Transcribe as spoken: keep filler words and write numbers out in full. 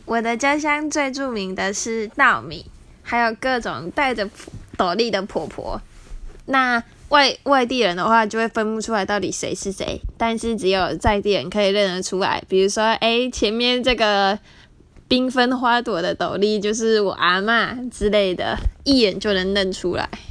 我的家乡最著名的是稻米，还有各种戴着斗笠的婆婆。那外外地人的话就会分不出来到底谁是谁，但是只有在地人可以认得出来。比如说，哎，前面这个缤纷花朵的斗笠就是我阿嬷之类的，一眼就能认出来。